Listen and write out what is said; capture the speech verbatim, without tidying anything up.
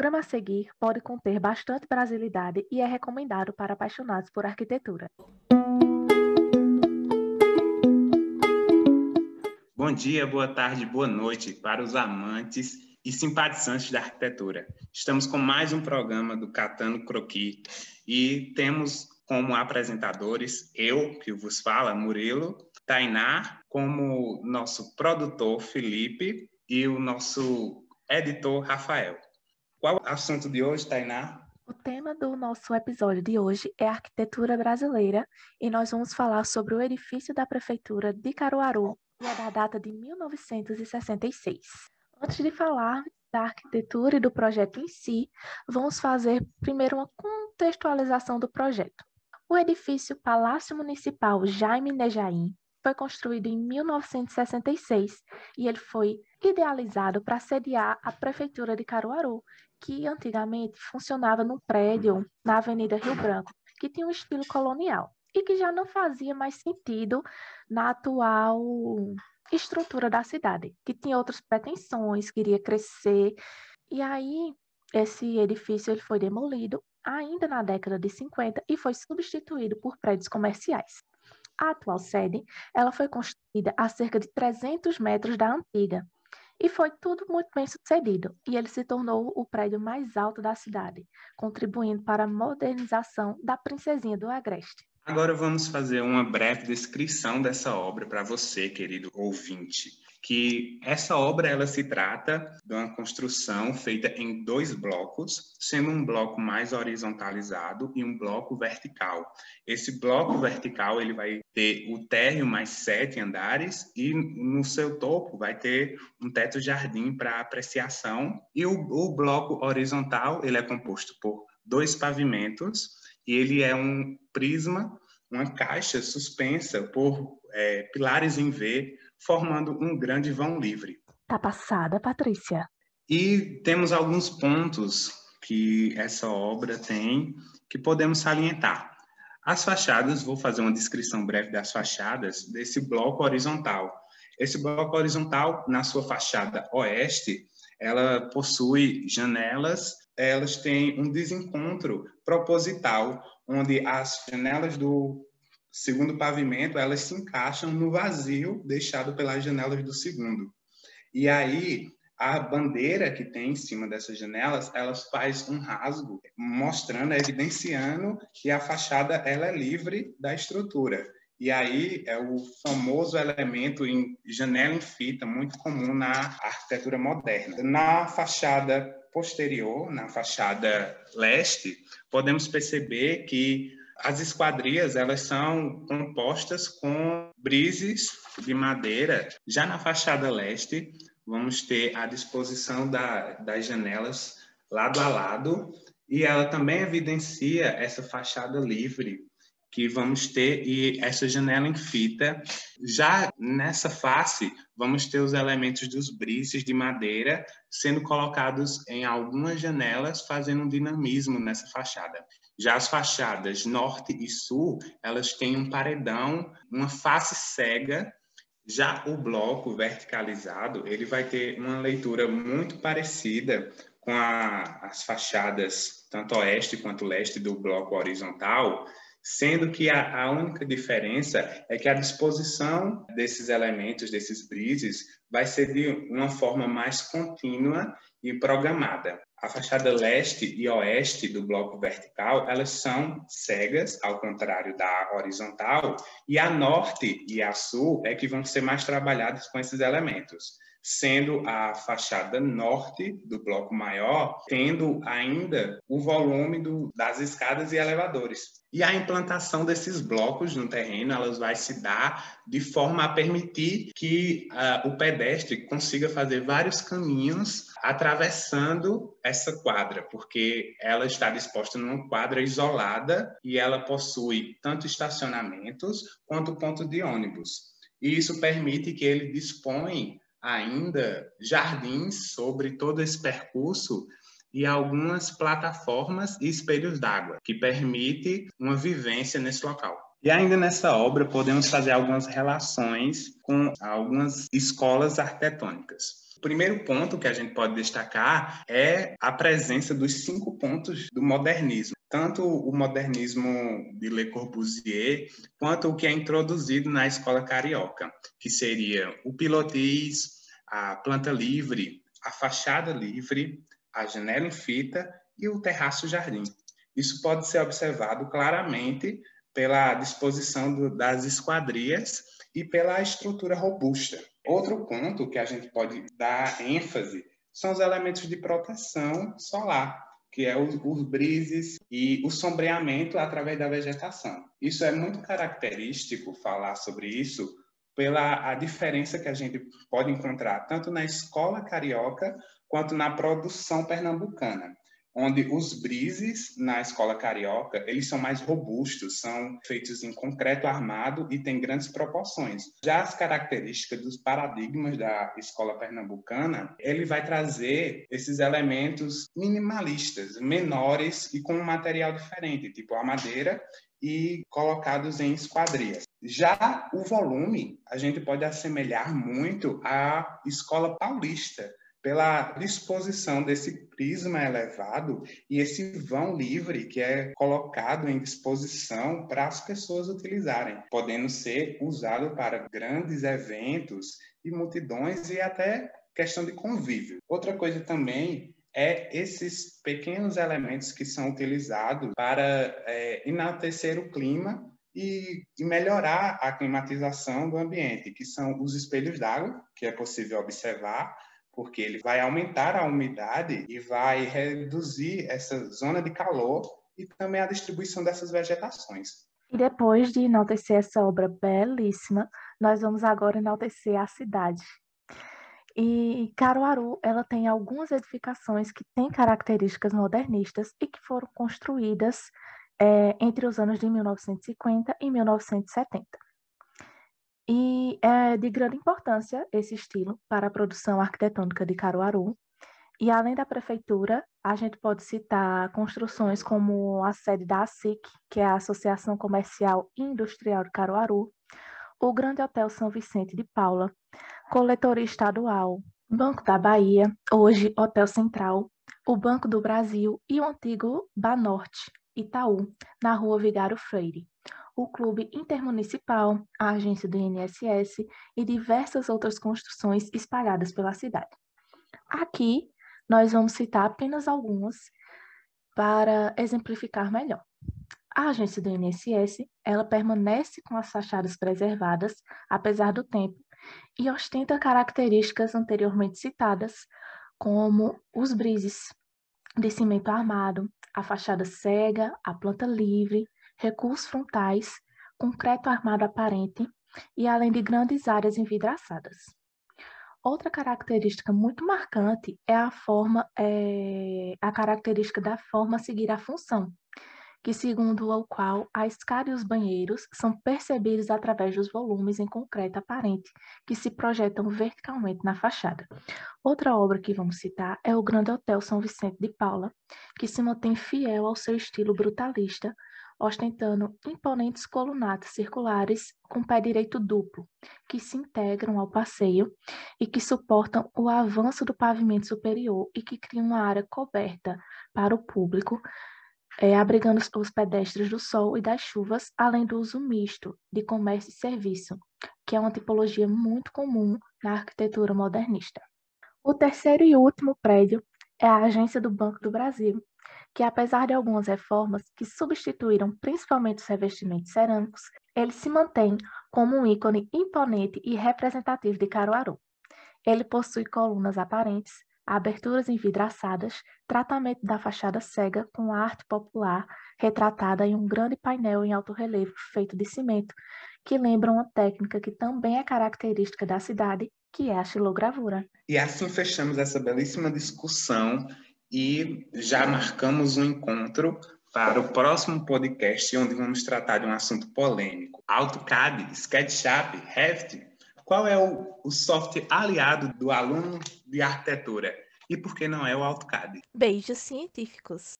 programa a seguir pode conter bastante brasilidade e é recomendado para apaixonados por arquitetura. Bom dia, boa tarde, boa noite para os amantes e simpatizantes da arquitetura. Estamos com mais um programa do Catando Croqui e temos como apresentadores eu, que vos fala, Murilo, Tainá, como nosso produtor, Felipe, e o nosso editor, Rafael. Qual é o assunto de hoje, Tainá? O tema do nosso episódio de hoje é arquitetura brasileira e nós vamos falar sobre o edifício da Prefeitura de Caruaru, e é da data de mil novecentos e sessenta e seis. Antes de falar da arquitetura e do projeto em si, vamos fazer primeiro uma contextualização do projeto. O edifício Palácio Municipal Jaime Nejaim foi construído em mil novecentos e sessenta e seis e ele foi idealizado para sediar a Prefeitura de Caruaru, que antigamente funcionava num prédio na Avenida Rio Branco, que tinha um estilo colonial e que já não fazia mais sentido na atual estrutura da cidade, que tinha outras pretensões, queria crescer. E aí, esse edifício ele foi demolido ainda na década de cinquenta e foi substituído por prédios comerciais. A atual sede ela foi construída a cerca de trezentos metros da antiga e foi tudo muito bem sucedido, e ele se tornou o prédio mais alto da cidade, contribuindo para a modernização da Princesinha do Agreste. Agora vamos fazer uma breve descrição dessa obra para você, querido ouvinte, que essa obra ela se trata de uma construção feita em dois blocos, sendo um bloco mais horizontalizado e um bloco vertical. Esse bloco vertical ele vai ter o térreo mais sete andares e no seu topo vai ter um teto-jardim para apreciação, e o, o bloco horizontal ele é composto por dois pavimentos e ele é um prisma, uma caixa suspensa por é, pilares em V, formando um grande vão livre. Tá passada, Patrícia. E temos alguns pontos que essa obra tem que podemos salientar. As fachadas, vou fazer uma descrição breve das fachadas desse bloco horizontal. Esse bloco horizontal, na sua fachada oeste, ela possui janelas, elas têm um desencontro proposital, onde as janelas do segundo pavimento, elas se encaixam no vazio deixado pelas janelas do segundo. E aí, a bandeira que tem em cima dessas janelas, elas faz um rasgo, mostrando, evidenciando que a fachada ela é livre da estrutura. E aí é o famoso elemento em janela em fita, muito comum na arquitetura moderna. Na fachada posterior, na fachada leste, podemos perceber que as esquadrias elas são compostas com brises de madeira. Já na fachada leste, vamos ter a disposição da, das janelas lado a lado, e ela também evidencia essa fachada livre que vamos ter, e essa janela em fita. Já nessa face, vamos ter os elementos dos brises de madeira sendo colocados em algumas janelas, fazendo um dinamismo nessa fachada. Já as fachadas norte e sul, elas têm um paredão, uma face cega. Já o bloco verticalizado, ele vai ter uma leitura muito parecida com a, as fachadas, tanto oeste quanto leste do bloco horizontal, sendo que a, a única diferença é que a disposição desses elementos, desses brises, vai ser de uma forma mais contínua e programada. A fachada leste e oeste do bloco vertical, elas são cegas, ao contrário da horizontal, e a norte e a sul é que vão ser mais trabalhadas com esses elementos, sendo a fachada norte do bloco maior tendo ainda o volume do, das escadas e elevadores. E a implantação desses blocos no terreno, elas vai se dar de forma a permitir que uh, o pedestre consiga fazer vários caminhos atravessando essa quadra, porque ela está disposta numa quadra isolada e ela possui tanto estacionamentos quanto ponto de ônibus. E isso permite que ele dispõe ainda jardins sobre todo esse percurso e algumas plataformas e espelhos d'água, que permite uma vivência nesse local. E ainda nessa obra podemos fazer algumas relações com algumas escolas arquitetônicas. O primeiro ponto que a gente pode destacar é a presença dos cinco pontos do modernismo. Tanto o modernismo de Le Corbusier, quanto o que é introduzido na escola carioca, que seria o pilotis, a planta livre, a fachada livre, a janela em fita e o terraço-jardim. Isso pode ser observado claramente pela disposição do, das esquadrias e pela estrutura robusta. Outro ponto que a gente pode dar ênfase são os elementos de proteção solar, que é os, os brises e o sombreamento através da vegetação. Isso é muito característico falar sobre isso pela a diferença que a gente pode encontrar tanto na escola carioca quanto na produção pernambucana, onde os brises na escola carioca, eles são mais robustos, são feitos em concreto armado e têm grandes proporções. Já as características dos paradigmas da escola pernambucana, ele vai trazer esses elementos minimalistas, menores e com um material diferente, tipo a madeira, e colocados em esquadrias. Já o volume, a gente pode assemelhar muito à escola paulista, pela disposição desse prisma elevado e esse vão livre que é colocado em disposição para as pessoas utilizarem, podendo ser usado para grandes eventos e multidões e até questão de convívio. Outra coisa também é esses pequenos elementos que são utilizados para é, enaltecer o clima e, e melhorar a climatização do ambiente, que são os espelhos d'água, que é possível observar, porque ele vai aumentar a umidade e vai reduzir essa zona de calor e também a distribuição dessas vegetações. E depois de enaltecer essa obra belíssima, nós vamos agora enaltecer a cidade. E Caruaru, ela tem algumas edificações que têm características modernistas e que foram construídas é, entre os anos de mil novecentos e cinquenta e mil novecentos e setenta. E é de grande importância esse estilo para a produção arquitetônica de Caruaru. E além da prefeitura, a gente pode citar construções como a sede da ASIC, que é a Associação Comercial e Industrial de Caruaru, o Grande Hotel São Vicente de Paula, Coletoria Estadual, Banco da Bahia, hoje Hotel Central, o Banco do Brasil e o antigo Banorte, Itaú, na rua Vigário Freire, o Clube Intermunicipal, a agência do I N S S e diversas outras construções espalhadas pela cidade. Aqui, nós vamos citar apenas algumas para exemplificar melhor. A agência do I N S S, ela permanece com as fachadas preservadas, apesar do tempo, e ostenta características anteriormente citadas, como os brises de cimento armado, a fachada cega, a planta livre, recuos frontais, concreto armado aparente e além de grandes áreas envidraçadas. Outra característica muito marcante é a forma, é, a característica da forma a seguir a função, que segundo o qual a escada e os banheiros são percebidos através dos volumes em concreto aparente que se projetam verticalmente na fachada. Outra obra que vamos citar é o Grande Hotel São Vicente de Paula, que se mantém fiel ao seu estilo brutalista, ostentando imponentes colunatas circulares com pé direito duplo, que se integram ao passeio e que suportam o avanço do pavimento superior e que criam uma área coberta para o público, É, abrigando os pedestres do sol e das chuvas, além do uso misto de comércio e serviço, que é uma tipologia muito comum na arquitetura modernista. O terceiro e último prédio é a Agência do Banco do Brasil, que apesar de algumas reformas que substituíram principalmente os revestimentos cerâmicos, ele se mantém como um ícone imponente e representativo de Caruaru. Ele possui colunas aparentes, aberturas envidraçadas, tratamento da fachada cega com arte popular retratada em um grande painel em alto relevo feito de cimento, que lembra uma técnica que também é característica da cidade, que é a xilogravura. E assim fechamos essa belíssima discussão e já marcamos um encontro para o próximo podcast, onde vamos tratar de um assunto polêmico. AutoCAD, SketchUp, Revit. Qual é o, o software aliado do aluno de arquitetura? E por que não é o AutoCAD? Beijos científicos!